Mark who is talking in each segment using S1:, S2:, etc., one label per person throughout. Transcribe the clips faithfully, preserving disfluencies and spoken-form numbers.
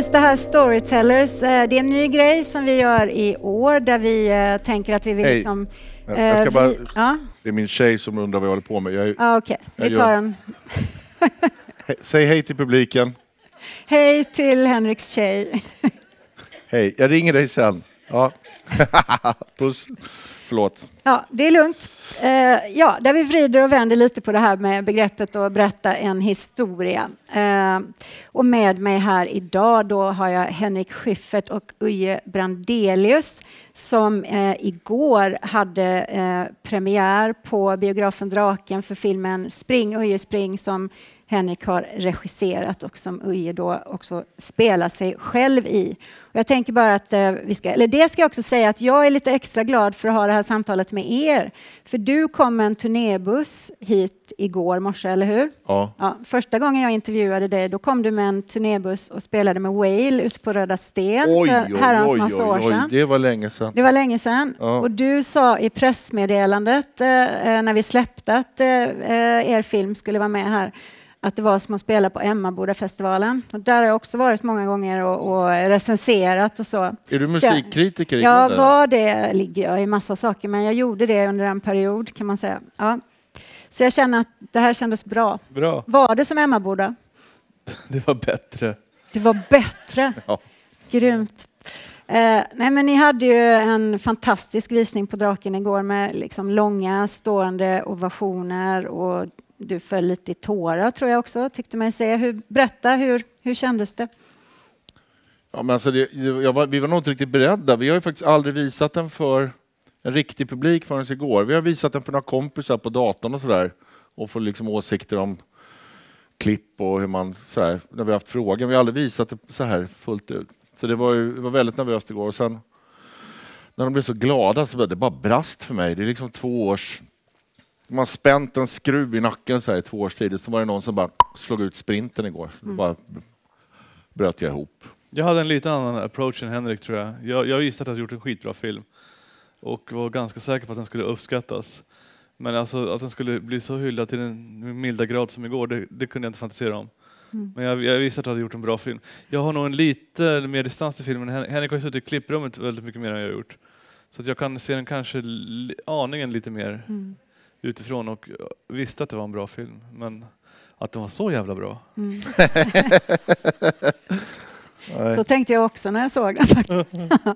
S1: just det här Storytellers, det är en ny grej som vi gör i år där vi tänker att vi vill
S2: hey.
S1: liksom...
S2: Jag ska bara,
S1: vi, ja.
S2: Det är min tjej som undrar vad jag håller på med. Jag,
S1: ah, Okej, okay. vi tar den.
S2: He, säg hej till publiken.
S1: Hej till Henriks tjej.
S2: Hej, jag ringer dig sen. Ja. Puss. Förlåt.
S1: Ja, det är lugnt. Uh, ja, där vi vrider och vänder lite på det här med begreppet och berätta en historia. Uh, och med mig här idag då har jag Henrik Schyffert och Uje Brandelius som uh, igår hade uh, premiär på biografen Draken för filmen Spring, Uje Spring, som Henrik har regisserat och som Uje då också spelar sig själv i. Och jag tänker bara att eh, vi ska, eller det ska jag också säga att jag är lite extra glad för att ha det här samtalet med er. För du kom med en turnébuss hit igår morse, eller hur?
S2: Ja.
S1: Ja. Första gången jag intervjuade dig, då kom du med en turnébuss och spelade med Whale ute på Röda Sten
S2: oj,
S1: för herrans
S2: oj,
S1: massa
S2: oj,
S1: år sedan.
S2: oj, det var länge sedan.
S1: Det var länge sedan.
S2: Ja.
S1: Och du sa i pressmeddelandet eh, när vi släppte att eh, er film skulle vara med här, att det var som att spela på Emmabodafestivalen. Och där har jag också varit många gånger och, och recenserat och så.
S2: Är du musikkritiker?
S1: Ja, var det ligger jag i massa saker, men jag gjorde det under en period kan man säga. Ja. Så jag känner att det här kändes bra.
S3: Bra.
S1: Var det som Emmaboda?
S3: Det var bättre.
S1: Det var bättre?
S2: Ja.
S1: Grymt. Eh, nej, men ni hade ju en fantastisk visning på Draken igår med liksom långa stående ovationer och du föll lite i tårar tror jag också, tyckte mig se. Hur, berätta, hur, hur kändes det?
S2: Ja, men alltså det, jag var, vi var nog inte riktigt beredda. Vi har ju faktiskt aldrig visat den för en riktig publik förrän igår. Vi har visat den för några kompisar på datorn och sådär. Och får liksom åsikter om klipp och hur man sådär. När vi har haft frågan. Vi har aldrig visat det så här fullt ut. Så det var, ju, det var väldigt nervöst igår. Och sen när de blev så glada så var det bara brast för mig. Det är liksom två års... Man har spänt en skruv i nacken så här i två års tid. Så var det någon som bara slog ut sprinten igår. Mm. Bara bröt jag ihop.
S3: Jag hade en lite annan approach än Henrik tror jag. Jag, jag visste att jag hade gjort en skitbra film. Och var ganska säker på att den skulle uppskattas. Men alltså att den skulle bli så hyllad till en milda grad som igår, det, det kunde jag inte fantisera om. Mm. Men jag, jag visste att jag hade gjort en bra film. Jag har nog en lite mer distans till filmen. Henrik har ju suttit i klipprummet väldigt mycket mer än jag har gjort. Så att jag kan se den kanske li, aningen lite mer mm. utifrån och visste att det var en bra film. Men att den var så jävla bra. Mm.
S1: Så tänkte jag också när jag såg den faktiskt.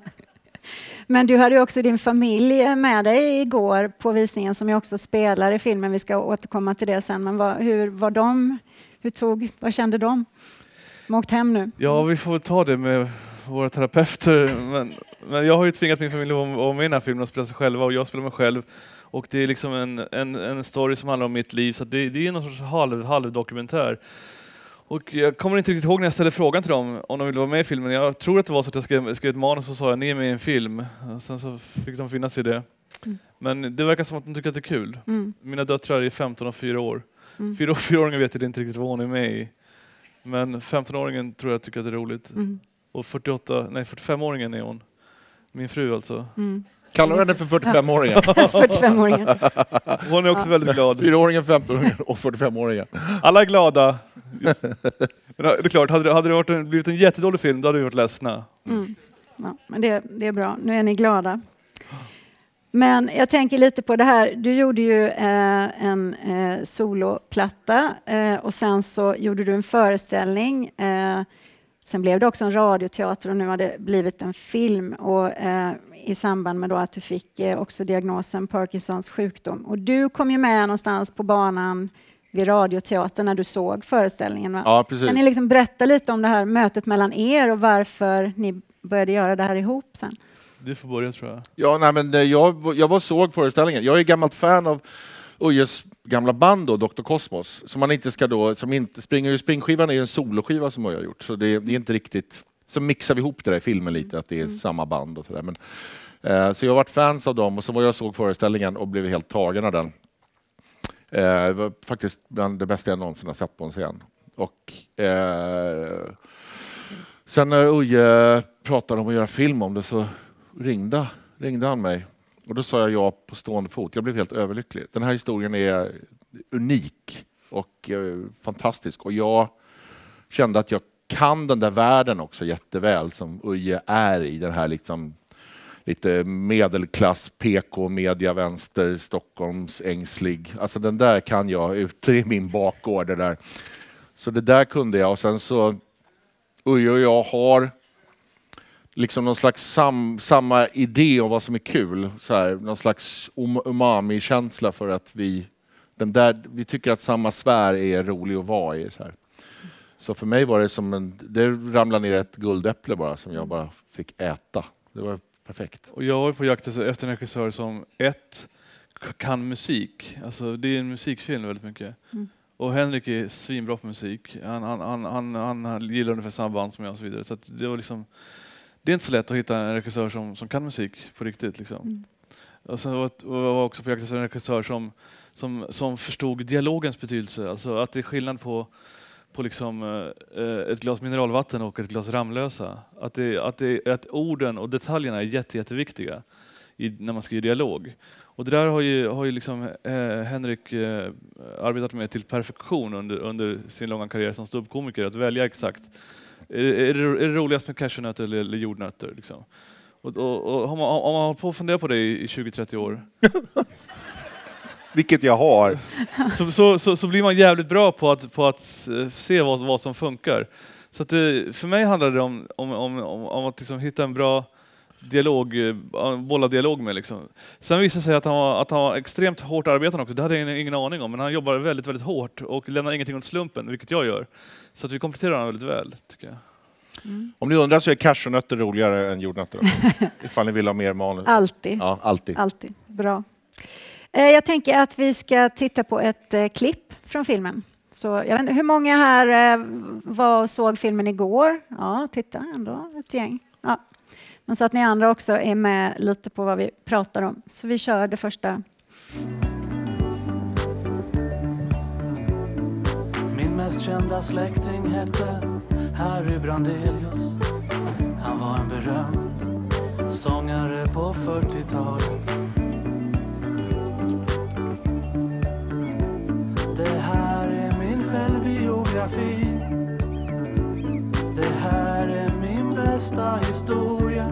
S1: Men du hade också din familj med dig igår på visningen som jag också spelar i filmen. Vi ska återkomma till det sen. Men vad, hur var de? Hur tog, vad kände de? De har åkt hem nu.
S3: Ja, vi får väl ta det med våra terapeuter. Men, men jag har ju tvingat min familj att vara med i den här filmen och spela sig själva. Och jag spelar mig själv. Och det är liksom en, en, en story som handlar om mitt liv. Så det, det är någon sorts halv, halvdokumentär. Och jag kommer inte riktigt ihåg när jag ställde frågan till dem om de ville vara med i filmen. Jag tror att det var så att jag skrev, skrev ett manus och sa jag, ni är med i en film. Och sen så fick de finna sig i det. Mm. Men det verkar som att de tycker att det är kul. Mm. Mina döttrar är femton och fyra år. Mm. Fyra, fyraåringen vet jag inte riktigt vad hon är med i. Men femtonåringen tror jag tycker att det är roligt. Mm. Och fyrtioåtta, nej fyrtiofemåringen är hon. Min fru alltså. Mm.
S2: Kallar du henne för fyrtiofemåringen?
S1: fyrtiofemåringen.
S3: Hon är också ja. väldigt glad.
S2: Fyraåringen, femtonåringen och fyrtiofemåringen.
S3: Alla är glada. Just. Men det är klart, hade det, hade det varit en, blivit en jättedålig film, då hade vi varit ledsna.
S1: Mm. Ja, men det, det är bra. Nu är ni glada. Men jag tänker lite på det här. Du gjorde ju eh, en eh, soloplatta eh, och sen så gjorde du en föreställning. Eh, sen blev det också en radioteater och nu har det blivit en film. Och eh, i samband med då att du fick eh, också diagnosen Parkinsons sjukdom. Och du kom ju med någonstans på banan vid radioteatern när du såg föreställningen. Va?
S2: Ja, precis.
S1: Kan ni liksom berätta lite om det här mötet mellan er och varför ni började göra det här ihop sen?
S3: Du får börja tror jag.
S2: Ja, nej, men jag, jag var såg föreställningen. Jag är gammalt fan av Ujes gamla band då, doktor Cosmos. Som man inte ska då, som inte springer, springskivan är ju en soloskiva som jag har gjort. Så det, det är inte riktigt, så mixar vi ihop det där i filmen lite, att det är mm. samma band och sådär. Men, eh, så jag har varit fans av dem och så var jag såg föreställningen och blev helt tagen av den. Eh, det var faktiskt bland det bästa jag någonsin har sett på en scen. Och eh, sen när Uje pratade om att göra film om det så ringde, ringde han mig. Och då sa jag ja på stående fot. Jag blev helt överlycklig. Den här historien är unik och eh, fantastisk. Och jag kände att jag kan den där världen också jätteväl som Uje är i. Den här liksom lite medelklass, P K, media, vänster, Stockholms, ängslig. Alltså den där kan jag ute i min bakgård. Det där. Så det där kunde jag. Och sen så Uje och jag har liksom någon slags sam, samma idé om vad som är kul. Så här, någon slags um, umami-känsla för att vi, den där, vi tycker att samma sfär är rolig att vara i. Så här. Så för mig var det som en, det ramlade ner ett guldäpple bara som jag bara fick äta. Det var perfekt.
S3: Och jag var på jakt efter en regissör som ett kan musik. Alltså det är en musikfilm väldigt mycket. Mm. Och Henrik är svinbra på musik. Han, han, han, han, han gillar ungefär samma band som jag och så vidare. Så att det var liksom, det är inte så lätt att hitta en regissör som, som kan musik på riktigt. Liksom. Mm. Och sen var jag också på jakt efter en regissör som, som, som förstod dialogens betydelse. Alltså att det är skillnad på på liksom, eh, ett glas mineralvatten och ett glas Ramlösa. Att, det, att, det, att orden och detaljerna är jätte, jätteviktiga i, när man skriver dialog. Och det där har ju, har ju liksom, eh, Henrik eh, arbetat med till perfektion under, under sin långa karriär som ståuppkomiker. Att välja exakt. Är, är, det, är det roligast med cashewnötter eller, eller jordnötter? Liksom? Och, och, och, om man, om man håller på att fundera på det i, i tjugo till trettio år
S2: vilket jag har.
S3: Så, så, så, så blir man jävligt bra på att, på att se vad, vad som funkar. Så att det, för mig handlar det om, om, om, om, om att liksom hitta en bra dialog, bolla dialog med. Liksom. Sen visade det sig att han, var, att han var extremt hårt arbetande också. Det hade jag ingen, ingen aning om. Men han jobbar väldigt, väldigt hårt och lämnar ingenting åt slumpen, vilket jag gör. Så att vi kompletterar honom väldigt väl, tycker jag.
S2: Mm. Om ni undrar så är cashewnötter roligare än jordnötter. Ifall ni vill ha mer manus.
S1: Alltid.
S2: Ja, alltid.
S1: Alltid. Bra. Jag tänker att vi ska titta på ett eh, klipp från filmen. Så jag vet inte, hur många här eh, var och såg filmen igår? Ja, titta ändå, ett gäng. Ja. Men så att ni andra också är med lite på vad vi pratar om. Så vi kör det första.
S4: Min mest kända släkting hette Harry Brandelius. Han var en berömd sångare på fyrtiotalet. Det här är min självbiografi. Det här är min bästa historia.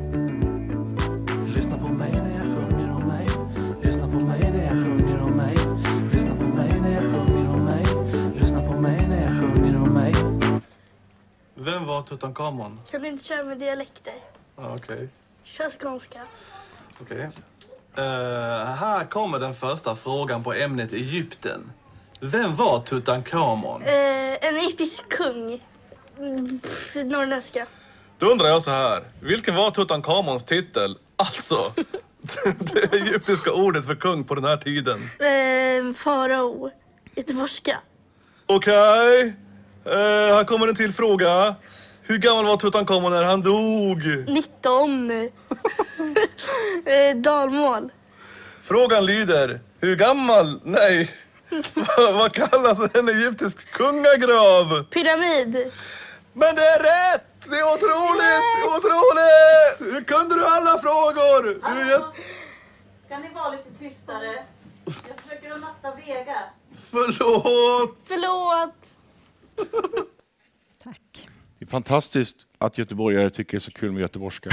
S4: Lyssna på mig när jag sjunger om mig. Lyssna på mig när jag sjunger om mig. Lyssna på mig när jag sjunger om mig. Lyssna på mig när jag sjunger om mig.
S3: Vem var Tutankhamon?
S5: Kan du inte köra med dialekter?
S3: Ah, okej. Okay.
S5: Kör skånska.
S3: Okej. Okay. Uh, här kommer den första frågan på ämnet Egypten. Vem var Tutankhamon?
S5: Eh, en egyptisk kung. Mm, norrländska.
S3: Då undrar jag så här. Vilken var Tutankhamons titel? Alltså, det egyptiska ordet för kung på den här tiden.
S5: Eh, farao. Göteborgska.
S3: Okej. Okay. Uh, här kommer en till fråga. Hur gammal var Tutankhamon när han dog?
S5: nitton. eh, dalmål.
S3: Frågan lyder. Hur gammal? Nej. Vad kallas en egyptisk kungagrav?
S5: Pyramid.
S3: Men det är rätt! Det är otroligt! Yes! Otroligt! Hur kunde du alla frågor?
S6: Alltså,
S3: Hur...
S6: Kan ni vara lite tystare? Jag försöker att natta Vega.
S3: Förlåt!
S5: Förlåt!
S1: Tack.
S2: Det är fantastiskt att göteborgare tycker det är så kul med göteborgska.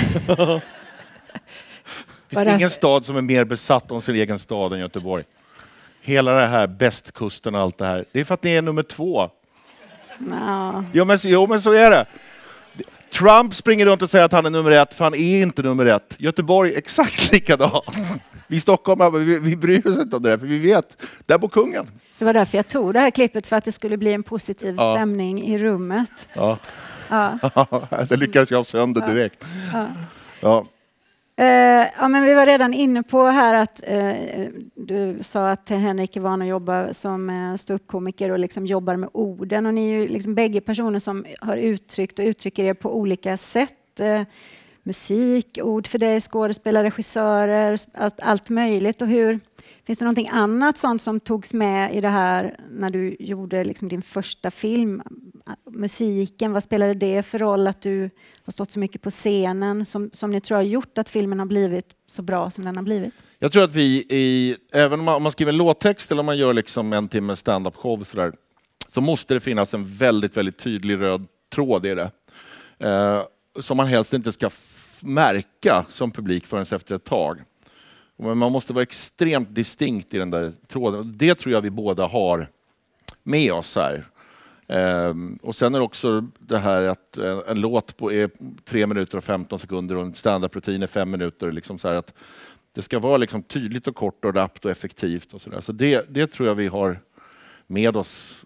S2: Det finns ingen stad som är mer besatt om sin egen stad än Göteborg. Hela det här bästkusten och allt det här. Det är för att ni är nummer två.
S1: No.
S2: Jo, men, jo, men så är det. Trump springer runt och säger att han är nummer ett, för han är inte nummer ett. Göteborg exakt likadant. Vi i Stockholm, vi, vi bryr oss inte om det där, för vi vet, där bor kungen.
S1: Det var därför jag tog det här klippet, för att det skulle bli en positiv
S2: ja.
S1: stämning i rummet.
S2: Ja.
S1: Ja.
S2: Det lyckades jag sönder direkt.
S1: Ja.
S2: Ja.
S1: Uh, ja, men vi var redan inne på här att uh, du sa att Henrik är van att jobba som uh, ståuppkomiker och liksom jobbar med orden. Och ni är ju liksom bägge personer som har uttryckt och uttrycker er på olika sätt. Uh, musik, ord för dig, skådespelare, regissörer, allt, allt möjligt. Och hur, finns det någonting annat sånt som togs med i det här när du gjorde liksom din första film? Musiken, vad spelade det för roll att du har stått så mycket på scenen som, som ni tror har gjort att filmen har blivit så bra som den har blivit?
S2: Jag tror att vi, i, även om man, om man skriver en låttext eller man gör liksom en timme stand-up show så, där, så måste det finnas en väldigt, väldigt tydlig röd tråd är det. Eh, som man helst inte ska f- märka som publik förrän efter ett tag. Men man måste vara extremt distinkt i den där tråden. Det tror jag vi båda har med oss här. Um, och sen är det också det här att en, en låt på är tre minuter och femton sekunder och en standardrutin är fem minuter. Liksom så här att det ska vara liksom tydligt och kort och rappt och effektivt. Och så där. Så det, det tror jag vi har med oss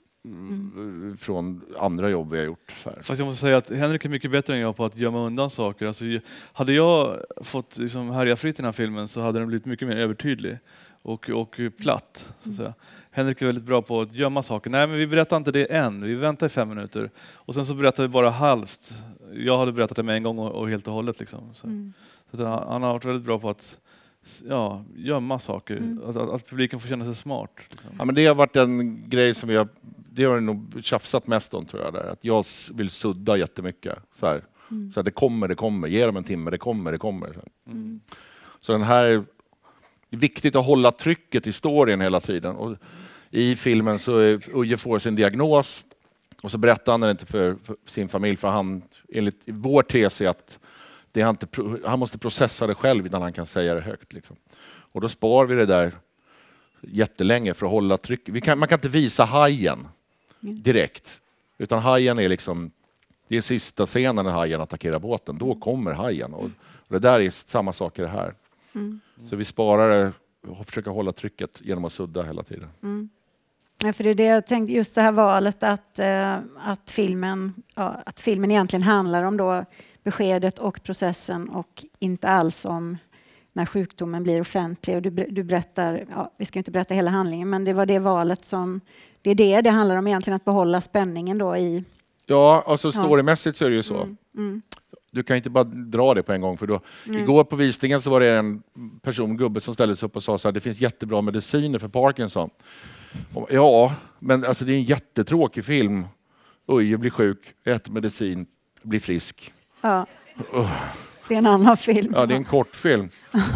S2: mm. från andra jobb vi har gjort. Så här.
S3: Fast jag måste säga att Henrik är mycket bättre än jag på att gömma undan saker. Alltså, hade jag fått liksom härja fritt i den här filmen så hade den blivit mycket mer övertydlig och, och platt. Så att säga. Henrik är väldigt bra på att gömma saker. Nej, men vi berättar inte det än. Vi väntar i fem minuter. Och sen så berättar vi bara halvt. Jag hade berättat det med en gång och, och helt och hållet. Liksom. Så. Mm. Så att han har varit väldigt bra på att ja, gömma saker. Mm. Att, att, att publiken får känna sig smart. Liksom.
S2: Ja, men det har varit en grej som vi har, det har nog tjafsat mest om, tror jag. Där. Att jag vill sudda jättemycket. Så här. Mm. Så här, det kommer, det kommer. Ge dem en timme, det kommer, det kommer. Så, mm. så den här... Det är viktigt att hålla trycket i storyn hela tiden. Och i filmen så är Uje får sin diagnos och så berättar han det inte för, för sin familj, för han, enligt vår tes är att det är inte, han måste processa det själv innan han kan säga det högt. Liksom. Och då spar vi det där jättelänge för att hålla trycket. Vi kan, man kan inte visa hajen direkt, utan hajen är liksom, det är sista scenen när hajen attackerar båten. Då kommer hajen och, och det där är samma sak i det här. Mm. Så vi sparar det och försöker hålla trycket genom att sudda hela tiden.
S1: Mm. Ja, för det är det jag tänkte, just det här valet att, eh, att, filmen, ja, att filmen egentligen handlar om då beskedet och processen och inte alls om när sjukdomen blir offentlig. Och du, du berättar, ja, vi ska inte berätta hela handlingen, men det var det valet som, det är det det handlar om egentligen, att behålla spänningen då i...
S2: Ja, alltså storymässigt så är det ju så.
S1: Mm. Mm.
S2: Du kan inte bara dra det på en gång, för då
S1: Mm.
S2: igår på visningen så var det en person, gubbe, som ställde sig upp och sa så här: det finns jättebra mediciner för Parkinson. Och, ja, men alltså det är en jättetråkig film. Uje blir sjuk, äter medicin, blir frisk.
S1: Ja. Uh. Det är en annan film.
S2: Ja, det är en kortfilm.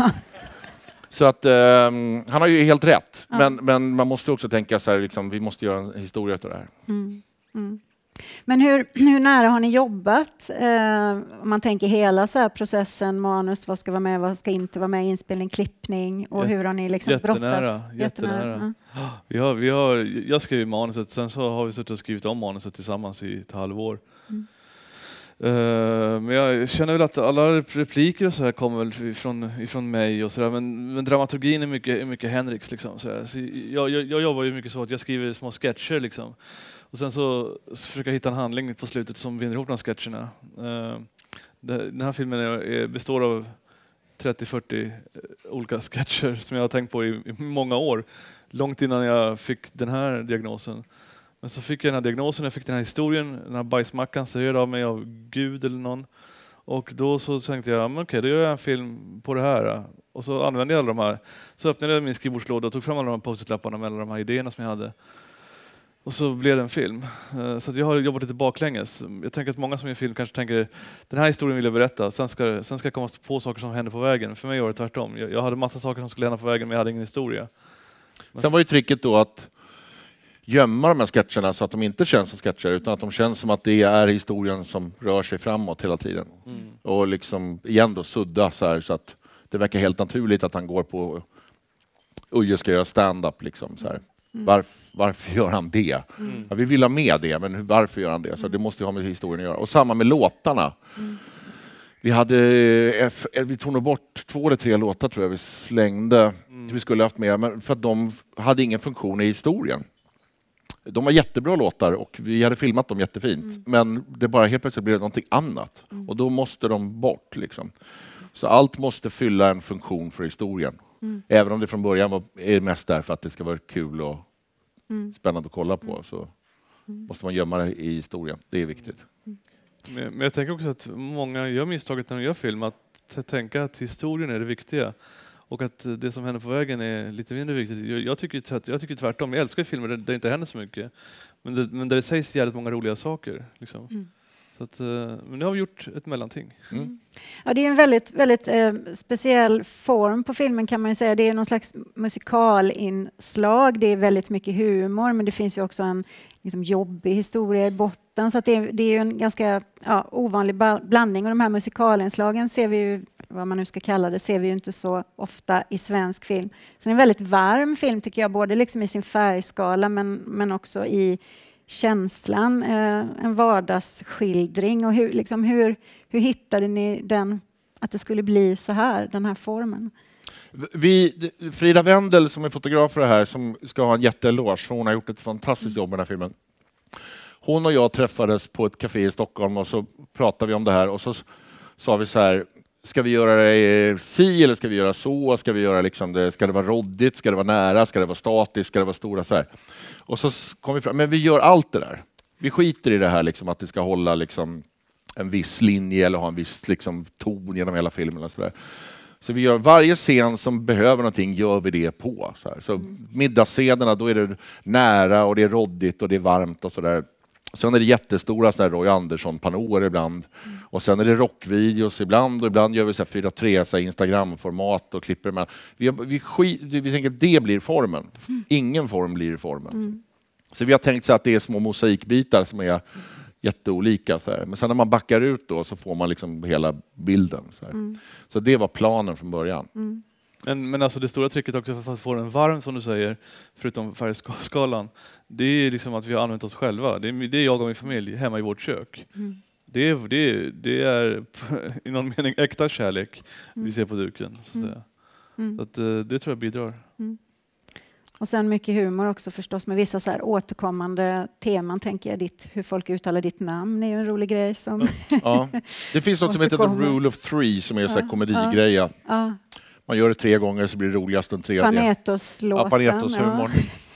S2: Så att um, han har ju helt rätt. Ja. Men, men man måste också tänka så här, liksom, vi måste göra en historia av det här.
S1: Mm. Mm. Men hur, hur nära har ni jobbat? Eh, om man tänker hela så här processen, manus, vad ska vara med, vad ska inte vara med, inspelning, klippning och hur har ni liksom
S3: jättenära,
S1: brottats?
S3: Jättenära. jättenära. Ja. Vi har, vi har, jag skrev manuset, sen så har vi suttit och skrivit om manuset tillsammans i ett halvår. Mm. Uh, men jag känner väl att alla repliker och så här kommer väl ifrån, ifrån mig och så där, men, men dramaturgin är mycket, är mycket Henriks liksom. Så här. Så jag, jag, jag jobbar ju mycket så att jag skriver små sketcher liksom. Och sen så, så försöker jag hitta en handling på slutet som binder ihop de här sketcherna. Uh, det, den här filmen är, är, består av trettio till fyrtio olika sketcher som jag har tänkt på i, i många år. Långt innan jag fick den här diagnosen. Men så fick jag den här diagnosen, jag fick den här historien, den här bajsmackan serverad av mig av Gud eller någon. Och då så tänkte jag, men okej, då gör jag en film på det här. Och så använde jag alla de här. Så öppnade jag min skrivbordslåda och tog fram alla de här post-it-lapparna med alla de här idéerna som jag hade. Och så blev det en film. Så att jag har jobbat lite baklänges. Jag tänker att många som gör film kanske tänker, den här historien vill jag berätta, sen ska, sen ska jag komma på saker som händer på vägen. För mig var det tvärtom. Jag, jag hade massa saker som skulle hända på vägen, men jag hade ingen historia. Men
S2: sen var ju tricket då att gömma de här sketcherna så att de inte känns som sketcher, utan att de känns som att det är historien som rör sig framåt hela tiden. Mm. Och liksom igen då sudda så här, så att det verkar helt naturligt att han går på Uje ska göra stand-up liksom så här. Mm. Varf, varför gör han det? Mm. Ja, vi vill ha med det, men hur, varför gör han det? Så det måste ju ha med historien att göra. Och samma med låtarna. Mm. Vi hade vi tog nog bort två eller tre låtar tror jag vi slängde. Mm. Vi skulle haft med, men för att de hade ingen funktion i historien. De var jättebra låtar och vi hade filmat dem jättefint. Mm. Men det bara helt plötsligt blev någonting annat. Mm. Och då måste de bort. Liksom. Så allt måste fylla en funktion för historien. Mm. Även om det från början var, är mest därför att det ska vara kul och mm. spännande att kolla på. Så mm. måste man gömma det i historien. Det är viktigt.
S3: Mm. Men, men jag tänker också att många gör misstaget när de gör film. Att tänka att historien är det viktiga. Och att det som händer på vägen är lite mindre viktigt. Jag, jag, tycker, jag tycker tvärtom. Jag älskar filmer där det inte händer så mycket. Men det, men där det sägs jävligt många roliga saker. Liksom. Mm. Så att, men nu har vi gjort ett mellanting.
S2: Mm.
S1: Ja, det är en väldigt, väldigt eh, speciell form på filmen kan man ju säga. Det är någon slags musikalinslag. Det är väldigt mycket humor, men det finns ju också en liksom, jobbig historia i botten. Så att det, är, det är ju en ganska ja, ovanlig blandning. Och de här musikalinslagen ser vi ju, vad man nu ska kalla det, ser vi ju inte så ofta i svensk film. Så det är en väldigt varm film tycker jag, både liksom i sin färgskala men, men också i känslan, eh, en vardagsskildring. Och hur, liksom, hur, hur hittade ni den, att det skulle bli så här, den här formen?
S2: Vi, Frida Wendel som är fotograf för det här, som ska ha en jätteeloge, för hon har gjort ett fantastiskt jobb med den här filmen. Hon och jag träffades på ett café i Stockholm och så pratade vi om det här och så sa vi så här: ska vi göra det si eller ska vi göra så? Ska vi göra liksom det, ska det vara roddigt? Ska det vara nära? Ska det vara statiskt? Ska det vara stora? Så här. Och så kom vi fram, men vi gör allt det där. Vi skiter i det här liksom, att det ska hålla liksom en viss linje eller ha en viss liksom ton genom hela filmen. Och så där. Så vi gör varje scen som behöver någonting, gör vi det på. Så, här. Så middagsscenerna, då är det nära och det är roddigt och det är varmt och sådär. Sen är det jättestora sådär Roy Andersson-panorer ibland. Mm. Och sen är det rockvideos ibland och ibland gör vi så här fyra tre så här Instagram-format och klipper med. Vi, vi, skit, vi tänker att det blir formen. Mm. Ingen form blir formen. Mm. Så vi har tänkt så att det är små mosaikbitar som är jätteolika. Så här. Men sen när man backar ut då så får man liksom hela bilden. Så, här. Mm. Så det var planen från början. Mm.
S3: Men, men alltså det stora tricket också för att få den varm som du säger, förutom färgskalan, det är liksom att vi har använt oss själva. Det är, det är jag och min familj hemma i vårt kök. Mm. Det, är, det, är, det är i någon mening äkta kärlek mm. vi ser på duken. Så, mm. så att, det tror jag bidrar. Mm.
S1: Och sen mycket humor också förstås med vissa så här återkommande teman, tänker jag. Ditt, hur folk uttalar ditt namn är ju en rolig grej. Som
S2: ja. Det finns något som heter The Rule of Three som är en ja. komedigreja. Ja. Man gör det tre gånger så blir det roligast den tredje.
S1: Panetos-låten.
S2: Ja, Panetos-humorn.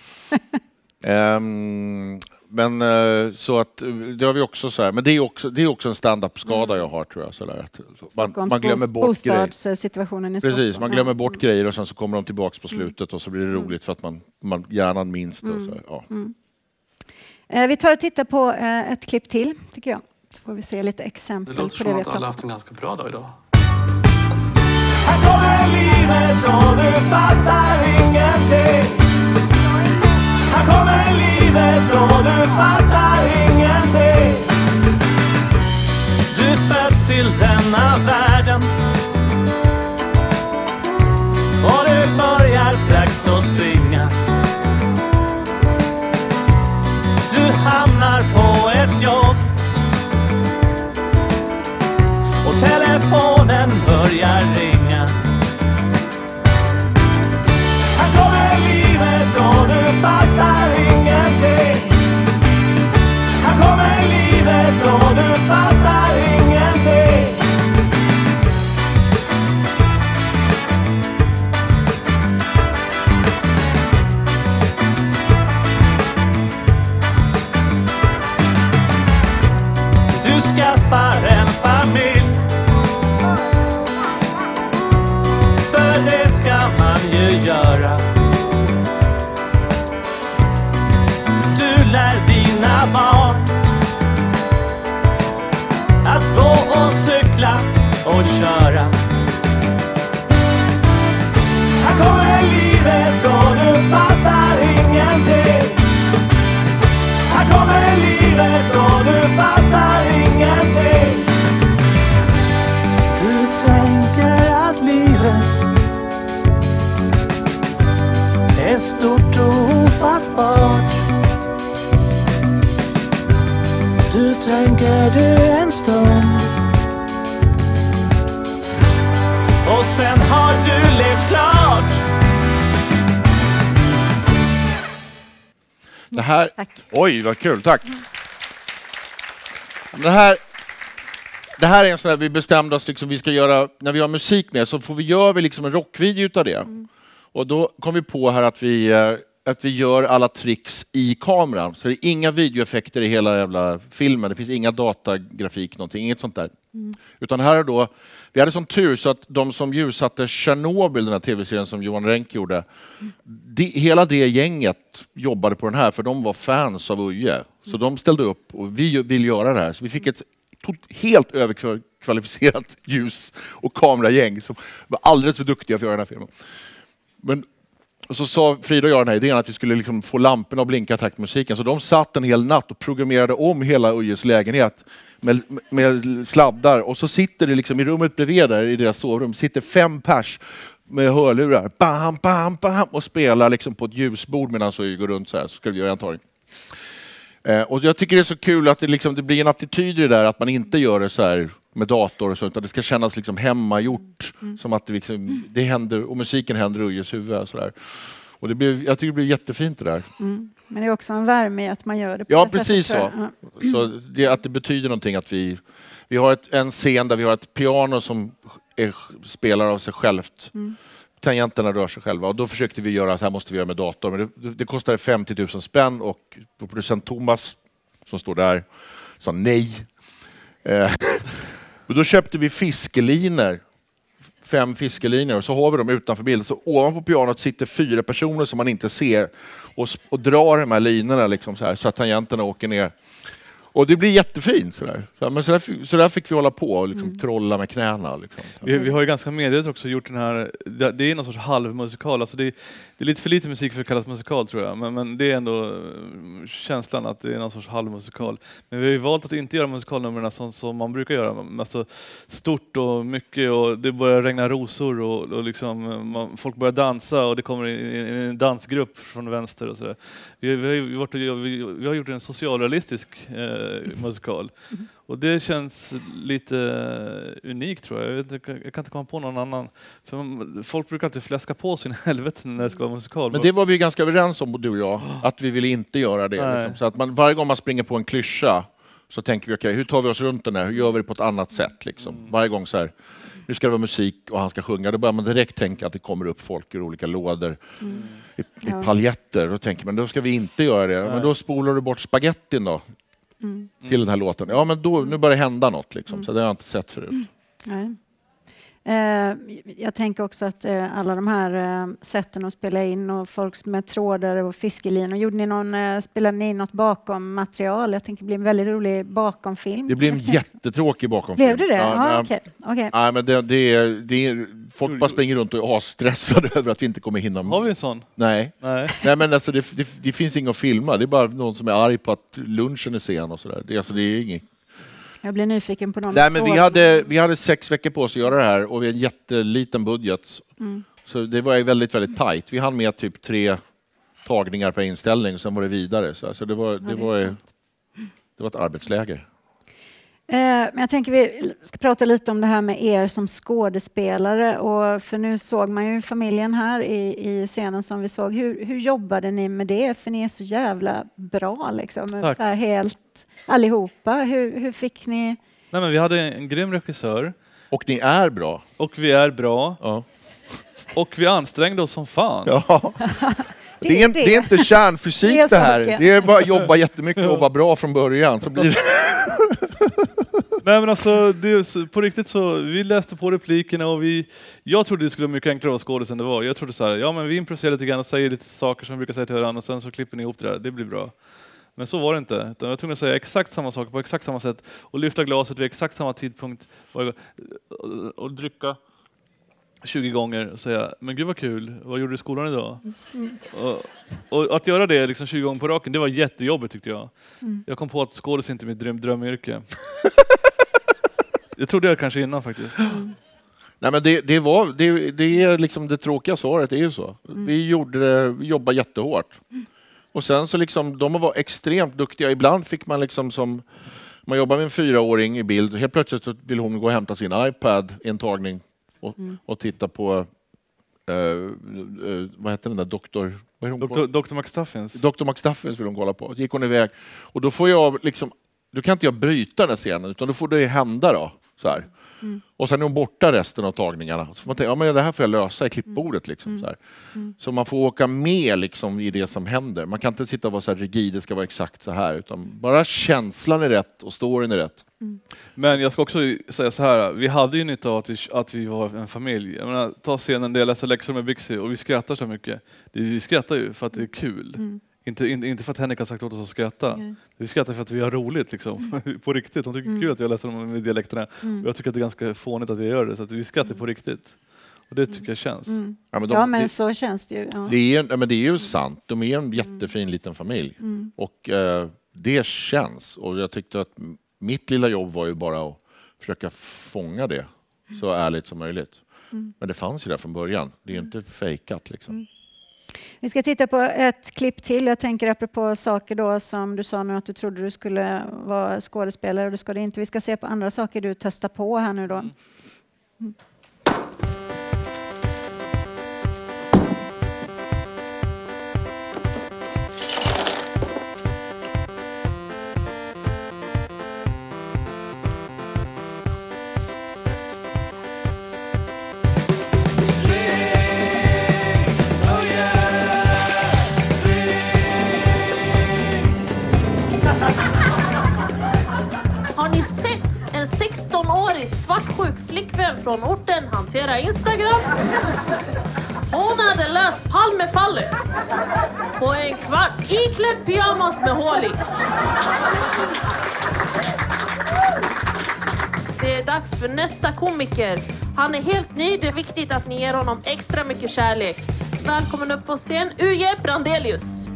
S2: Ja. um, men uh, så att det har vi också så här. Men det är också, det är också en stand-up-skada mm. jag har tror jag. Så där. Man, man glömmer bort grejer.
S1: Situationen i
S2: Precis, Stockholm. Man glömmer bort mm. grejer och sen så kommer de tillbaka på slutet och så blir det mm. roligt för att man, man hjärnan minns det. Och så här. Ja.
S1: Mm. Uh, vi tar och tittar på uh, ett klipp till tycker jag. Så får vi se lite exempel på det.
S4: Det låter som att alla haft en ganska bra dag idag.
S7: Här kommer livet och du fattar ingenting. Här kommer livet och du fattar ingenting. Du föds till denna världen och du börjar strax att springa. Du hamnar på ett jobb och telefonen börjar ringa. Här kommer livet och du fattar ingenting. Här kommer livet och du fattar ingenting. Du skaffar en familj. För det ska man ju göra. Du lär dina barn att gå och cykla och köra. Här kommer livet och du fattar ingenting. Här kommer livet och du fattar ingenting. Du tänker att livet är stort och ofattbart. Du tänker du en stund och sen har du levt klart.
S2: Det här, oj vad kul, tack. Det här, det här är en sån där vi bestämde oss liksom vi ska göra, när vi har musik med så får vi göra vi liksom en rockvideo utav det. Mm. Och då kom vi på här att vi, att vi gör alla tricks i kameran. Så det är inga videoeffekter i hela jävla filmen. Det finns inga datagrafik, någonting, inget sånt där. Mm. Utan här är då, vi hade som tur så att de som ljussatte Chernobyl, den här tv-serien som Johan Renck gjorde, mm. de, hela det gänget jobbade på den här för de var fans av Uje. Så mm. de ställde upp och vi vill göra det här. Så vi fick ett tot- helt överkvalificerat ljus- och kameragäng som var alldeles för duktiga för att göra den här filmen. Men och så sa Frida och jag den här idén att vi skulle liksom få lamporna att blinka i takt med musiken. Så de satt en hel natt och programmerade om hela Ujjes lägenhet med, med sladdar. Och så sitter det liksom i rummet bredvid där i deras sovrum, sitter fem pers med hörlurar. Bam, bam, bam, och spelar liksom på ett ljusbord medan Ujje går runt så här. Så ska vi göra en tagning. Eh, och jag tycker det är så kul att det, liksom, det blir en attityd i det där att man inte gör det så här med dator och så, utan det ska kännas liksom hemmagjort. Mm. Som att det, liksom, det händer, och musiken händer i Ujjes huvud. Så där. Och det blir, jag tycker det blir jättefint det där.
S1: Mm. Men det är också en värme i att man gör det på
S2: ja,
S1: det
S2: precis
S1: sättet.
S2: så. Ja. Så det, att det betyder någonting att vi... Vi har ett, en scen där vi har ett piano som är, spelar av sig självt. Mm. Tangenterna rör sig själva. Och då försökte vi göra, så här måste vi göra med dator. Men det, det kostade femtio tusen spänn och producent Thomas, som står där, sa nej. Eh, och då köpte vi fiskeliner. Fem fiskelinjer och så har vi dem utanför bilden. Så ovanpå pianot sitter fyra personer som man inte ser och, och drar de här linorna liksom så, här, så att tangenterna åker ner. Och det blir jättefint. Så där. Så, men så, där, så där fick vi hålla på och liksom, mm. trolla med knäna. Liksom.
S3: Vi, vi har ju ganska medvetet också gjort den här, det, det är någon sorts halvmusikal. Alltså det, det är lite för lite musik för att kallas musikal tror jag. Men, men det är ändå känslan att det är någon sorts halvmusikal. Men vi har ju valt att inte göra musikalnumren som, som man brukar göra. Alltså stort och mycket och det börjar regna rosor och, och liksom, man, folk börjar dansa och det kommer en, en dansgrupp från vänster och sådär. Vi, vi, har, vi, har, vi, vi har gjort en socialrealistisk eh, musikal. Mm. Och det känns lite unikt tror jag. Jag, vet, jag kan inte komma på någon annan. För folk brukar alltid fläska på sin helvete när det ska vara musikal.
S2: Men det var vi ganska överens om, du och jag, att vi ville inte göra det. Liksom. Så att man, varje gång man springer på en klyscha så tänker vi, okej, okay, hur tar vi oss runt den här? Hur gör vi det på ett annat sätt? Liksom? Mm. Varje gång så här, nu ska det vara musik och han ska sjunga. Då börjar man direkt tänka att det kommer upp folk ur olika lådor. Mm. I, i ja. paljetter. Då tänker man, då ska vi inte göra det. Nej. Men då spolar du bort spagettin då. Mm. Till den här låten. Ja, men då, nu börjar det hända något. Liksom. Mm. Så det har jag inte sett förut. Mm.
S1: Nej. Eh, jag tänker också att eh, alla de här eh, sätten att spela in och folk med trådar och fiskelin. Och gjorde ni någon, eh, spelade ni något bakom material? Jag tänker det blir en väldigt rolig bakomfilm.
S2: Det blir en jättetråkig bakomfilm.
S1: Blev det det? Ja,
S2: ja,
S1: okej. Okay. Okay.
S2: Nej, men det, det, är, det är, folk bara springer runt och är asstressade över att vi inte kommer hinna.
S3: Har vi en sån?
S2: Nej. Nej. Nej, men alltså det, det, det finns inget att filma. Det är bara någon som är arg på att lunchen är sen och sådär. Det, alltså, det är inget.
S1: Jag blir nyfiken på någon.
S2: Nej, men vi hade, vi hade sex veckor på oss att göra det här och vi har en jätteliten budget. Mm. Så det var ju väldigt, väldigt tajt. Vi hann med typ tre tagningar per inställning och sen var det vidare. Så alltså det, var, det, ja, det, var, det var ett arbetsläger.
S1: Eh, men jag tänker vi ska prata lite om det här med er som skådespelare. Och för nu såg man ju familjen här i, i scenen som vi såg. Hur, hur jobbade ni med det? För ni är så jävla bra liksom. Så här helt allihopa. Hur, hur fick ni...
S3: Nej, men vi hade en grym regissör.
S2: Och ni är bra.
S3: Och vi är bra.
S2: Ja.
S3: Och vi ansträngde oss som fan.
S2: Ja. Det, det, är, det är inte kärnfysik det, det här. Det är bara att jobba jättemycket och vara bra från början. Så blir det...
S3: Nej, men alltså, det, på riktigt så, vi läste på replikerna och vi, jag trodde det skulle vara mycket enklare att vara skådis än det var. Jag trodde så här, ja men vi improviserar lite grann och säger lite saker som vi brukar säga till varandra och sen så klipper ni ihop det där, det blir bra. Men så var det inte. Utan jag var tvungen att säga exakt samma saker på exakt samma sätt och lyfta glaset vid exakt samma tidpunkt och, och, och dricka tjugo gånger och säga, men gud vad kul, vad gjorde du i skolan idag? Mm. Och, och att göra det liksom tjugo gånger på raken, det var jättejobbigt tyckte jag. Mm. Jag kom på att skådis inte är mitt dröm, drömyrke. Jag trodde jag kanske innan faktiskt. Mm.
S2: Nej, men det, det, var, det, det är liksom det tråkiga svaret, det är ju så. Mm. Vi gjorde det, vi jobbade jättehårt. Mm. Och sen så liksom, de var extremt duktiga. Ibland fick man liksom som, man jobbar med en fyraåring i bild, helt plötsligt vill hon gå och hämta sin iPad i en tagning och, mm. och titta på Uh, uh, vad heter den där doktor?
S3: Doktor, doktor McStuffins.
S2: doktor McStuffins vill hon kolla på. Så gick hon iväg och då får jag liksom, då kan inte jag bryta den här scenen utan då får det hända då så här. Mm. Och sen är hon borta resten av tagningarna. Så man tänker, ja men det här får jag lösa i klippbordet liksom mm. så här. Mm. Så man får åka med liksom i det som händer. Man kan inte sitta och vara så här rigid, det ska vara exakt så här utan bara känslan är rätt och storyn är rätt.
S3: Mm. Men jag ska också säga så här, vi hade ju nytta av att vi, att vi var en familj. Jag menar, ta scenen där jag läser läxor med Bixi och vi skrattar så mycket. Det, vi skrattar ju för att det är kul. Mm. Inte, in, inte för att Henrik har sagt åt oss att skratta.
S1: Nej.
S3: Vi skrattar för att vi har roligt liksom. På riktigt. De tycker
S1: Mm.
S3: kul att jag läser de med dialekterna.
S1: Mm.
S3: Och jag tycker att det är ganska fånigt att jag gör det. Så att vi skrattar på riktigt. Och det tycker jag känns.
S1: Mm.
S2: Ja, men de,
S1: Ja, men
S2: det,
S1: så känns det ju. Ja.
S2: det, är, ja, men det är ju sant. De är en jättefin liten familj.
S1: Mm.
S2: Och eh, det känns. Och jag tyckte att mitt lilla jobb var ju bara att försöka fånga det så ärligt som möjligt.
S1: Mm.
S2: Men det fanns ju där från början. Det är ju inte fejkat liksom.
S1: Mm. Vi ska titta på ett klipp till. Jag tänker apropå saker då som du sa nu att du trodde du skulle vara skådespelare och det ska det inte. Vi ska se på andra saker du testar på här nu då. Mm.
S8: Har ni sett en sexton-årig svartsjuk flickvän från orten hantera Instagram? Hon hade löst Palmefallet på en kvart iklädd pyjamas med hål i. Det är dags för nästa komiker. Han är helt ny, det är viktigt att ni ger honom extra mycket kärlek. Välkommen upp på scen, U J Brandelius.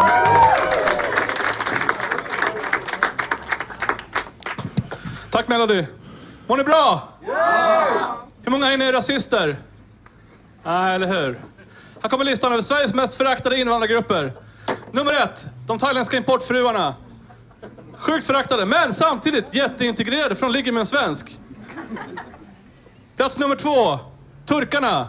S9: Tack Melody. Mår ni bra? Ja! Hur många är rasister? Nej, eller hur? Här kommer listan över Sveriges mest föraktade invandrargrupper. Nummer ett, de thailändska importfruarna. Sjukt föraktade, men samtidigt jätteintegrerade för de ligger med en svensk. Plats nummer två, turkarna.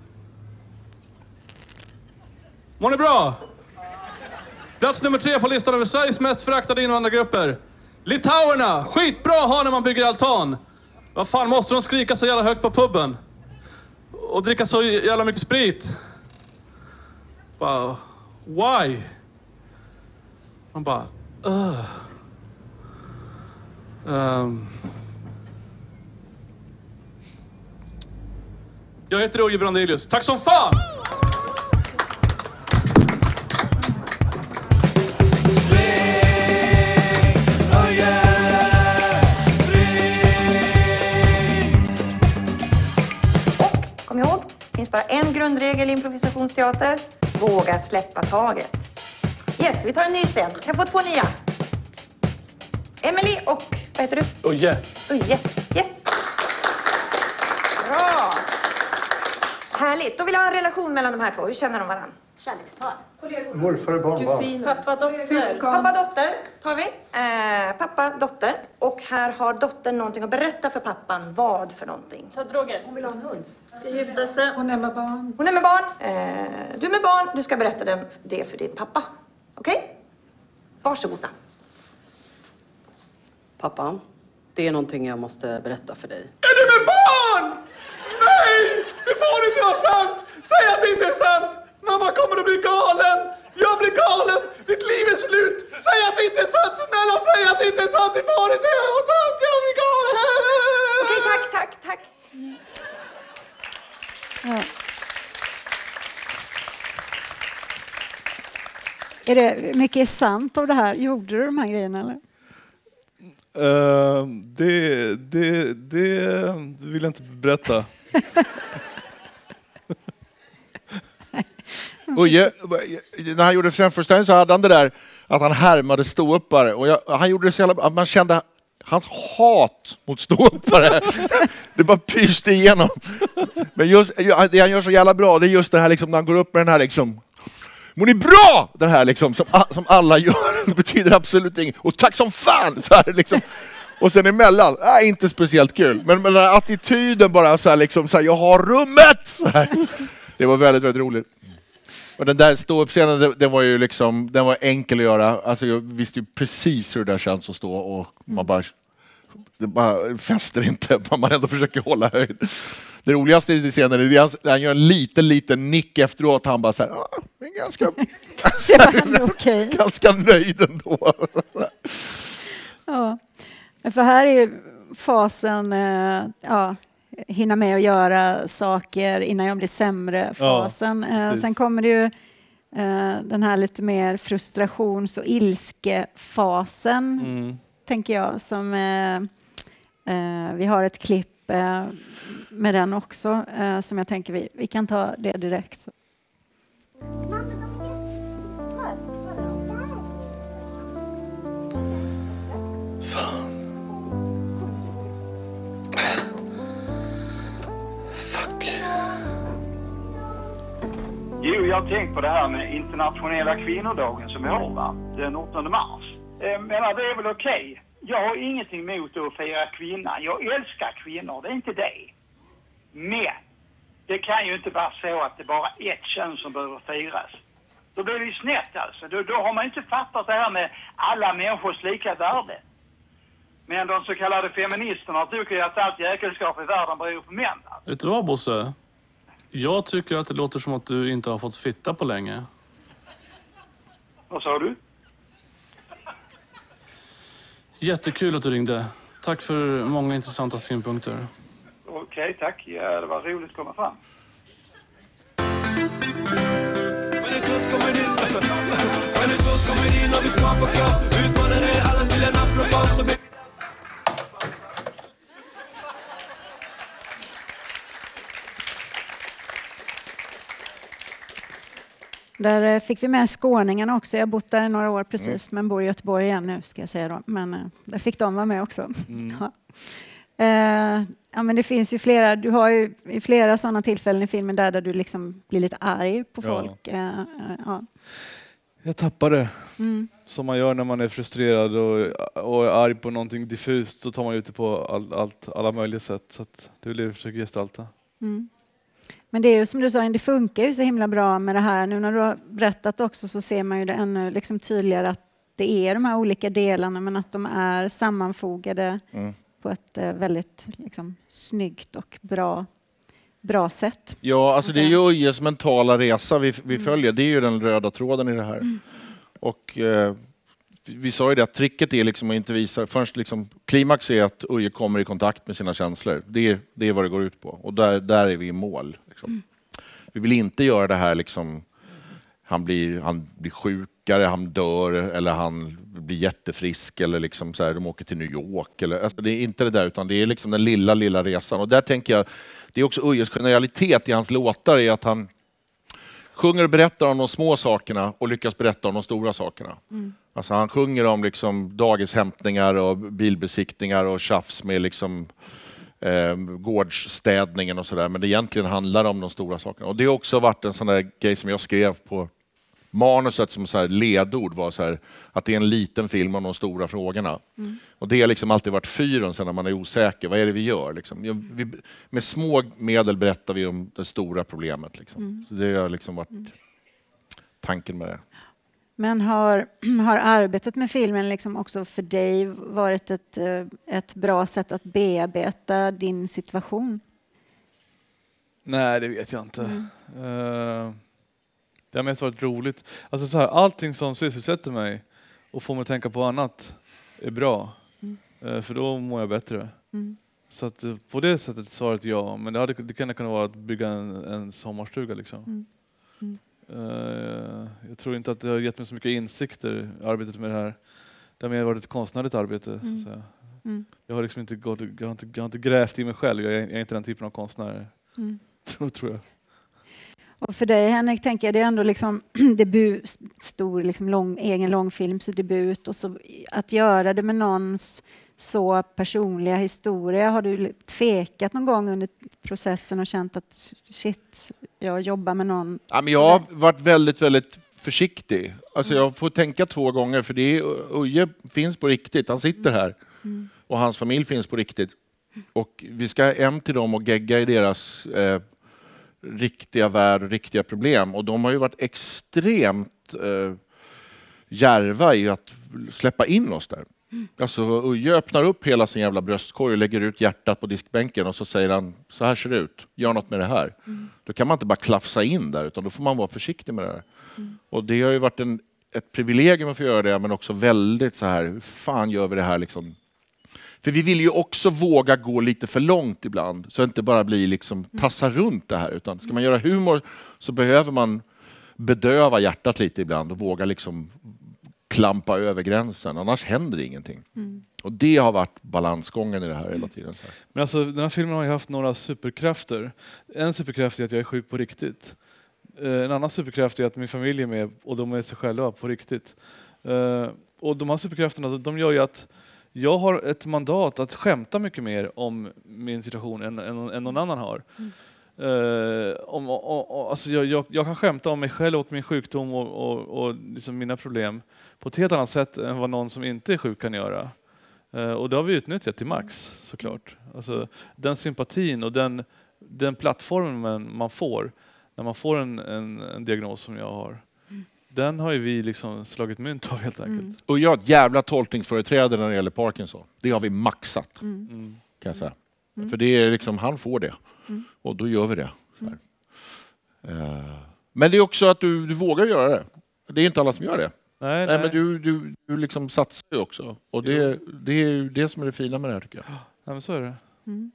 S9: Mår ni bra? Plats nummer tre på listan över Sveriges mest föraktade invandrargrupper. Litauerna, skitbra att ha när man bygger altan. Vad fan måste de skrika så jävla högt på pubben? Och dricka så jävla mycket sprit? Bara, why? Man bara, uh. Um. Jag heter Roger Brandelius. Tack som fan!
S10: Kom ihåg, det finns bara en grundregel i improvisationsteater. Våga släppa taget. Yes, vi tar en ny scen. Jag får två nya. Emily och, vad heter du?
S9: Uje.
S10: Uje. Yes. Bra. Härligt. Då vill jag ha en relation mellan de här två. Hur känner de varandra?
S5: Kärlekspar.
S11: Morfar och barnbarn.
S8: Kusin, pappa, dotter.
S10: Pappa, dotter tar vi. Eh, pappa, dotter. Och här har dottern någonting att berätta för pappan. Vad för någonting?
S8: Ta droger.
S10: Hon vill ha en hund.
S8: Gifta sig. Hon är med barn.
S10: Hon är med barn. Eh, du är med barn. Du ska berätta den, det för din pappa. Okej? Okay? Varsågoda.
S12: Pappa, det är någonting jag måste berätta för dig.
S9: Är du med barn? Nej! Det får inte vara sant! Säg att det inte är sant! Mamma kommer att bli galen! Jag blir galen! Ditt liv är slut! Säg att det inte är sant! Snälla, säg att det inte är sant! Det får inte vara sant! Jag blir galen!
S10: Okej, tack, tack, tack.
S1: Ja. Är det mycket sant av det här? Gjorde du de här grejerna eller?
S3: Uh, det, det, det vill jag inte berätta.
S2: Uje, när han gjorde scenföreställningen så hade han det där att han härmade ståuppare. Och jag, han gjorde det så jävla, att man kände hans hat mot ståuppare. Det bara pyste igenom. Men just det han gör så jävla bra, det är just det här liksom, när han går upp med den här liksom, mår ni bra? Den här liksom, som, som alla gör. Det betyder absolut inget. Och tack som fan! Så här, liksom. Och sen emellan, äh, inte speciellt kul. Men med den här attityden bara så här, liksom, så här, jag har rummet! Så här. Det var väldigt, väldigt roligt. Och den där ståuppscenen, den, den var ju liksom, den var enkel att göra. Alltså jag visste ju precis hur det där känns att stå och man bara, det bara fäster inte. Man ändå försöker hålla höjd. Det roligaste i scenen är att han gör en liten, liten nick efteråt. Han bara så här, ah, är ganska, ganska,
S1: okay.
S2: ganska nöjd ändå.
S1: Ja, för här är fasen, ja, hinna med att göra saker innan jag blir sämre fasen. Ja, sen kommer det ju Eh, den här lite mer frustrations- och ilskefasen,
S3: Mm.
S1: tänker jag. Som, eh, eh, vi har ett klipp eh, med den också, eh, som jag tänker vi, vi kan ta det direkt.
S9: Fan. Fuck.
S11: Jo, jag har tänkt på det här med internationella kvinnodagen som vi har, va? Den åttonde mars. Eh, menar, det är väl okej. Okay. Jag har ingenting emot att fira kvinnan. Jag älskar kvinnor, det är inte det. Men det kan ju inte vara så att det bara är ett kön som behöver firas. Då blir det ju snett alltså. Då, då har man inte fattat det här med alla människors lika värde. Men de så kallade feministerna tycker ju att allt jäkelskap i världen beror på män.
S9: Vet du vad, Bosse? Jag tycker att det låter som att du inte har fått fitta på länge.
S11: Vad sa du?
S9: Jättekul att du ringde. Tack för många intressanta synpunkter.
S11: Okej, okay, tack. Ja, det var roligt att komma fram.
S1: Där fick vi med skåningarna också. Jag har bott där i några år precis, mm. men bor i Göteborg igen nu, ska jag säga då. Men uh, där fick de vara med också. Mm. Ja. Uh, ja, men det finns ju flera, du har ju i flera sådana tillfällen i filmen där, där du liksom blir lite arg på folk. Ja. Uh, uh, ja.
S3: Jag tappar det.
S1: Mm.
S3: Som man gör när man är frustrerad och, och är arg på någonting diffust, så tar man ut det på all, allt, alla möjliga sätt. Så att det är det jag försöker gestalta.
S1: Mm. Men det är ju som du sa, det funkar ju så himla bra med det här. Nu när du har berättat också så ser man ju det ännu liksom tydligare att det är de här olika delarna, men att de är sammanfogade mm. på ett eh, väldigt liksom, snyggt och bra, bra sätt.
S2: Ja, alltså det är ju Öjes mentala resa vi, vi mm. följer. Det är ju den röda tråden i det här.
S1: Mm.
S2: Och eh, vi sa ju det att tricket är liksom att inte visa, först liksom, klimax är att Öje kommer i kontakt med sina känslor. Det är, det är vad det går ut på. Och där, där är vi i mål. Liksom. Mm. Vi vill inte göra det här liksom, han blir, han blir sjukare, han dör eller han blir jättefrisk eller liksom så här, de åker till New York. Eller, alltså det är inte det där, utan det är liksom den lilla, lilla resan. Och där tänker jag, det är också Öjes generalitet i hans låtar är att han sjunger och berättar om de små sakerna och lyckas berätta om de stora sakerna. Mm. Alltså han sjunger om liksom dagishämtningar och bilbesiktningar och tjafs med liksom, eh, gårdsstädningen och sådär. Men det egentligen handlar om de stora sakerna. Och det har också varit en sån där grej som jag skrev på manuset som så här ledord var så här, att det är en liten film om de stora frågorna. Mm. Och det har liksom alltid varit fyren sen när man är osäker. Vad är det vi gör? Liksom? Vi, med små medel berättar vi om det stora problemet. Liksom. Mm. Så det har liksom varit tanken med det.
S1: Men har, har arbetet med filmen liksom också för dig varit ett, ett bra sätt att bearbeta din situation?
S3: Nej, det vet jag inte.
S1: Mm.
S3: Uh... Det har mest varit roligt. Alltså så här, allting som sysselsätter mig och får mig att tänka på annat är bra. Mm. Uh, för då mår jag bättre. Mm. Så att, uh, på det sättet svaret ja. Men det, hade, det kan kunna vara att bygga en, en sommarstuga. Liksom. Mm. Mm. Uh, jag tror inte att det har gett mig så mycket insikter, arbetet med det här. Det har mer varit ett konstnärligt arbete. Mm. Så att säga. Mm. Jag har liksom inte gått, jag har inte, jag har inte grävt i mig själv. Jag är, jag är inte den typen av konstnär. Mm. tror, tror jag.
S1: Och för dig, Henrik, tänker jag det är ändå liksom debut, stor liksom lång, egen långfilmsdebut och så att göra det med någons så personliga historia. Har du tvekat någon gång under processen och känt att shit, jag jobbar med någon?
S2: Ja, men jag har varit väldigt, väldigt försiktig. Alltså jag får tänka två gånger för det är, Öje finns på riktigt. Han sitter här mm. och hans familj finns på riktigt. Och vi ska hem till dem och gegga i deras eh, riktiga värld och riktiga problem. Och de har ju varit extremt eh, djärva i att släppa in oss där. Mm. Alltså Öje öppnar upp hela sin jävla bröstkorg och lägger ut hjärtat på diskbänken och så säger han, så här ser det ut, gör något med det här. Mm. Då kan man inte bara klafsa in där utan då får man vara försiktig med det här. Mm. Och det har ju varit en, ett privilegium att få göra det, men också väldigt så här, hur fan gör vi det här liksom? För vi vill ju också våga gå lite för långt ibland. Så att det inte bara blir liksom tassa runt det här. Utan ska man göra humor så behöver man bedöva hjärtat lite ibland och våga liksom klampa över gränsen. Annars händer ingenting. Mm. Och det har varit balansgången i det här hela tiden. Så här.
S3: Men alltså, den här filmen har ju haft några superkrafter. En superkraft är att jag är sjuk på riktigt. En annan superkraft är att min familj är med och de är sig själva på riktigt. Och de här superkrafterna, de gör ju att jag har ett mandat att skämta mycket mer om min situation än, än, än någon annan har. Mm. Uh, om, och, och, alltså jag, jag, jag kan skämta om mig själv och min sjukdom och, och, och liksom mina problem på ett helt annat sätt än vad någon som inte är sjuk kan göra. Uh, och det har vi utnyttjat till max, såklart. Alltså, den sympatin och den, den plattformen man får när man får en, en, en diagnos som jag har. Mm. Den har ju vi liksom slagit mynt av helt enkelt. Mm.
S2: Och jag är ett jävla tolkningsföreträde när det gäller Parkinson. Det har vi maxat, mm. kan jag säga. Mm. För det är liksom, han får det. Mm. Och då gör vi det. Så här. Mm. Uh, men det är också att du, du vågar göra det. Det är inte alla som gör det.
S3: Nej, nej.
S2: nej men du, du, du liksom satsar ju också. Och det, det är ju det som är det fina med det här, tycker jag.
S3: Ja, men så är det.
S1: Mm.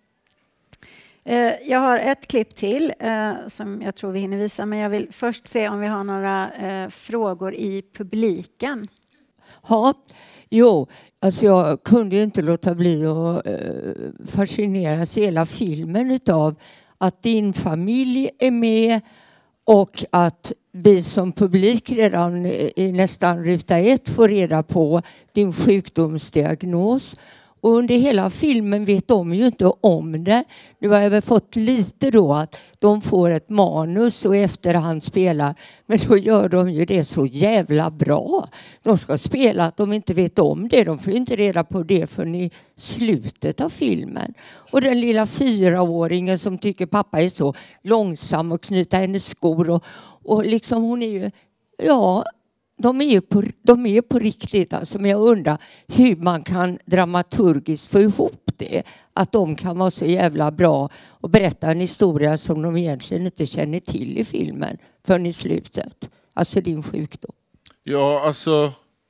S1: Uh, jag har ett klipp till uh, som jag tror vi hinner visa. Men jag vill först se om vi har några uh, frågor i publiken.
S13: Ja, jo. Alltså jag kunde ju inte låta bli att uh, fascineras hela filmen utav att din familj är med och att vi som publik redan i nästan ruta ett får reda på din sjukdomsdiagnos. Och under hela filmen vet de ju inte om det. Nu har jag väl fått lite då att de får ett manus och efterhand spelar. Men då gör de ju det så jävla bra. De ska spela att de inte vet om det. De får ju inte reda på det förrän i slutet av filmen. Och den lilla fyraåringen som tycker pappa är så långsam och knyta hennes skor. Och, och liksom hon är ju... Ja... De är ju på, de är på riktigt, alltså, men jag undrar hur man kan dramaturgiskt få ihop det. Att de kan vara så jävla bra och berätta en historia som de egentligen inte känner till i filmen förrän i slutet. Alltså din sjukdom.
S2: Ja, alltså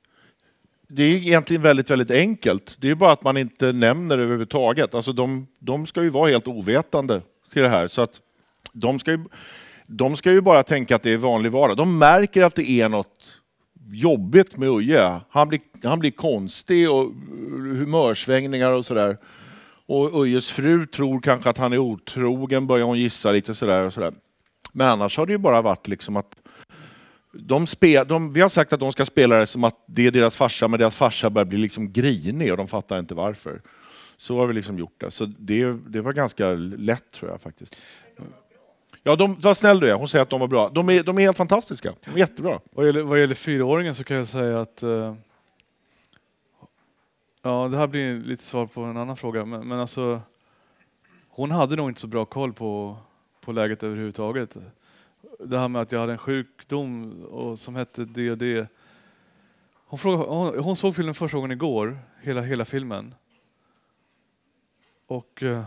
S2: det är egentligen väldigt, väldigt enkelt. Det är bara att man inte nämner det överhuvudtaget. Alltså de, de ska ju vara helt ovetande till det här. Så att de ska ju, de ska ju bara tänka att det är vanlig vardag. De märker att det är något jobbigt med Uje. Han blir, han blir konstig och humörsvängningar och sådär. Och Ujes fru tror kanske att han är otrogen, börjar hon gissa lite sådär och sådär. Men annars har det ju bara varit liksom att de spel, de, vi har sagt att de ska spela det som att det är deras farsa, men deras farsa börjar bli liksom grinig och de fattar inte varför. Så har vi liksom gjort det. Så det, det var ganska lätt, tror jag faktiskt. Ja, de, vad snäll du är. Hon säger att de var bra. De är, de är helt fantastiska. De är jättebra.
S3: Vad gäller, vad gäller fyraåringen så kan jag säga att uh, ja, det här blir lite svar på en annan fråga. Men, men alltså, hon hade nog inte så bra koll på, på läget överhuvudtaget. Det här med att jag hade en sjukdom och, som hette det och det. Hon, frågade, hon, hon såg filmen första gången igår. Hela, hela filmen. Och... Uh,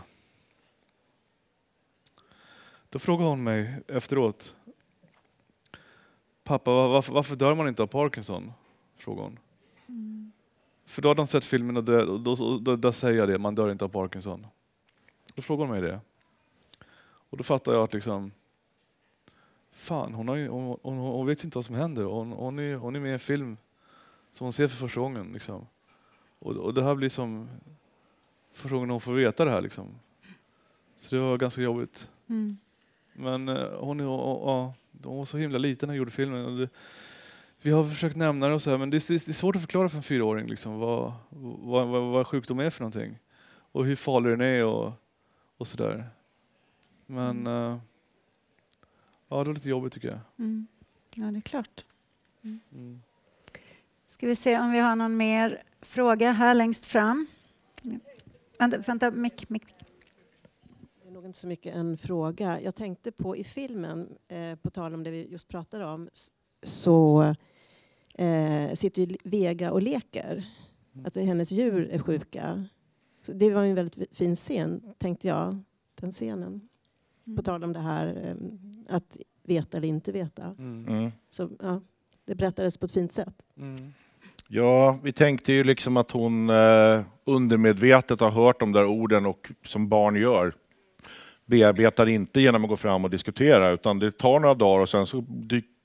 S3: Då frågade hon mig efteråt. Pappa, varför, varför dör man inte av Parkinson? Frågade hon. Mm. För då har de sett filmen och, dö, och då, då, då, då säger jag det, man dör inte av Parkinson. Då frågade hon mig det. Och då fattade jag att liksom, fan, hon, har ju, hon, hon, hon vet inte vad som händer. Hon, hon, är, hon är med i en film som hon ser för första gången. Liksom. Och, och det här blir som första gången hon får veta det här. Liksom. Så det var ganska jobbigt. Mm. Men uh, hon, uh, uh, hon var så himla liten när hon gjorde filmen. Och det, vi har försökt nämna det och så här, men det, det, det är svårt att förklara för en fyraåring liksom, vad, vad, vad, vad sjukdom är för någonting. Och hur farlig den är och, och sådär. Men uh, ja, det var lite jobbigt tycker jag.
S1: Mm. Ja, det är klart. Mm. Mm. Ska vi se om vi har någon mer fråga här längst fram. Vänta, vänta mick, mick.
S14: Det är nog inte så mycket en fråga. Jag tänkte på i filmen, eh, på tal om det vi just pratade om, så eh, sitter ju Vega och leker. Att hennes djur är sjuka. Så det var en väldigt fin scen, tänkte jag, den scenen. Mm. På tal om det här eh, att veta eller inte veta. Mm. Mm. Så ja, det berättades på ett fint sätt.
S2: Mm. Ja, vi tänkte ju liksom att hon eh, undermedvetet har hört de där orden och som barn gör. Bearbetar inte genom att gå fram och diskutera, utan det tar några dagar och sen så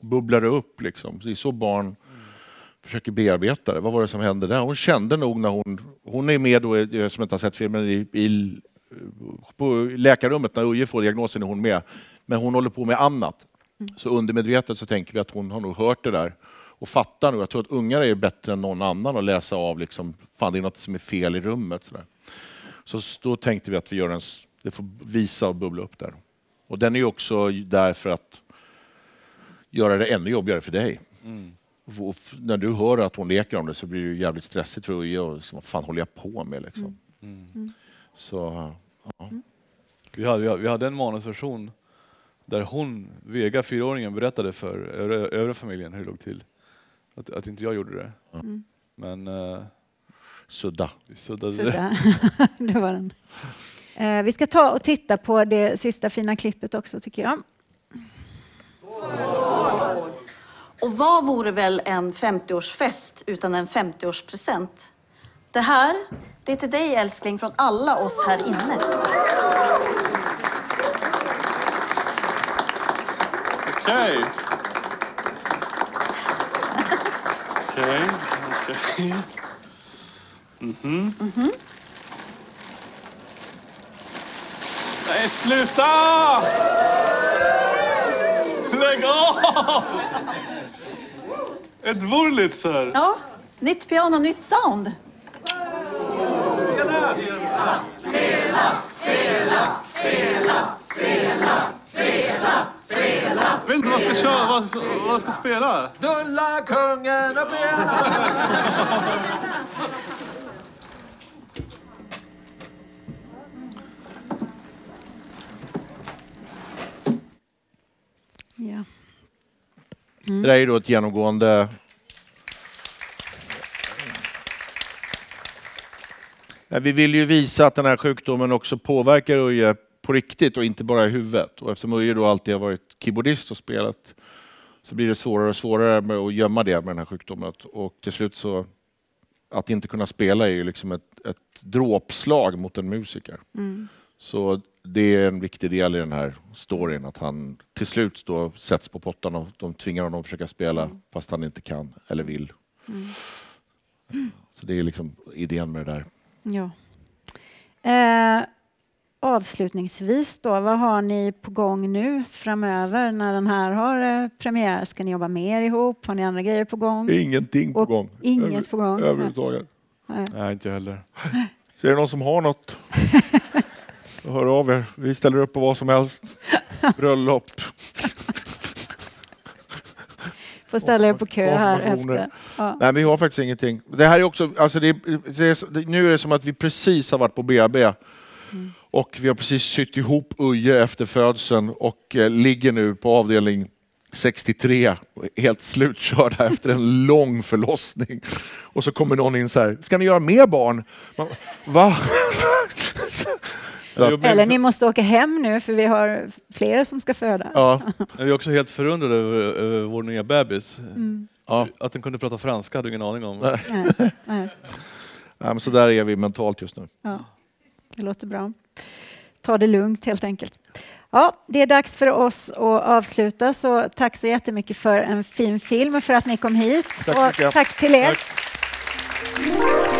S2: bubblar det upp. Liksom. Det är så barn försöker bearbeta det. Vad var det som hände där? Hon kände nog när hon... Hon är med då, jag som inte har sett filmen, i, i, på läkarrummet när Uje får diagnosen är hon med. Men hon håller på med annat. Mm. Så undermedvetet så tänker vi att hon har nog hört det där. Och fattar nu. Jag tror att ungar är bättre än någon annan att läsa av liksom, fan det är något som är fel i rummet. Så, där. Så då tänkte vi att vi gör en... Det får visa och bubbla upp där. Och den är ju också där för att göra det ännu jobbigare för dig. Mm. Och när du hör att hon leker om det så blir det ju jävligt stressigt för Uje och så, vad fan håller jag på med liksom. Mm. Mm. Så, ja.
S3: Mm. Vi hade, vi hade en manusversion där hon, Vega, fyraåringen, berättade för övriga familjen hur det låg till. Att, att inte jag gjorde det. Mm. Men... Uh,
S2: Sudda.
S3: Vi suddade
S1: Sudda. Det. Det var den. Uh, vi ska ta och titta på det sista fina klippet också tycker jag.
S15: Och vad vore väl en femtioårsfest utan en femtioårspresent? Det här, det är till dig älskling från alla oss här inne.
S9: Okej. Okej, okej. Mhm. Mhm. Nej, sluta! Lägg av! Ett Wurlitzer.
S15: Ja, nytt piano, nytt sound.
S7: Spela, spela, spela, spela, spela, spela, spela.
S9: Jag vet inte vad jag ska köra, vad, vad jag ska spela.
S7: Dulla kungen upp igen.
S1: Ja.
S2: Mm. Det är ju då ett genomgående... Vi vill ju visa att den här sjukdomen också påverkar Uje på riktigt och inte bara i huvudet. Och eftersom Uje då alltid har varit keyboardist och spelat så blir det svårare och svårare med att gömma det med den här sjukdomen. Och till slut så att inte kunna spela är ju liksom ett, ett dråpslag mot en musiker. Mm. Så det är en viktig del i den här storyn att han till slut då sätts på pottan och de tvingar honom att försöka spela mm. fast han inte kan eller vill. Mm. Mm. Så det är liksom idén med det där.
S1: Ja. Eh, avslutningsvis då, vad har ni på gång nu framöver när den här har eh, premiär? Ska ni jobba mer ihop? Har ni andra grejer på gång?
S2: Ingenting på
S1: och
S2: gång.
S1: Inget
S2: Över,
S1: på gång?
S2: Överhuvudtaget.
S3: Nej. Nej, inte heller.
S2: Så är det någon som har något? Hör av er. Vi ställer upp på vad som helst. Bröllop.
S1: Får ställa er på kö här efter.
S2: Ja. Nej, vi har faktiskt ingenting. Det här är också, alltså det är, det är, nu är det som att vi precis har varit på B B. Mm. Och vi har precis sytt ihop Uje efter födseln och eh, ligger nu på avdelning sextiotre, helt slutkörda efter en lång förlossning. Och så kommer någon in så här, ska ni göra mer barn? Man, va?
S1: Att, eller ni måste åka hem nu för vi har fler som ska föda.
S3: Ja. Jag är också helt förundrad över, över vår nya bebis.
S1: Mm.
S3: Ja. Att den kunde prata franska hade ingen aning om.
S2: Nej.
S1: Nej. Nej.
S2: Ja, men så där är vi mentalt just nu.
S1: Ja. Det låter bra. Ta det lugnt helt enkelt. Ja, det är dags för oss att avsluta. Så tack så jättemycket för en fin film och för att ni kom hit.
S2: Tack,
S1: och tack till er.
S2: Tack.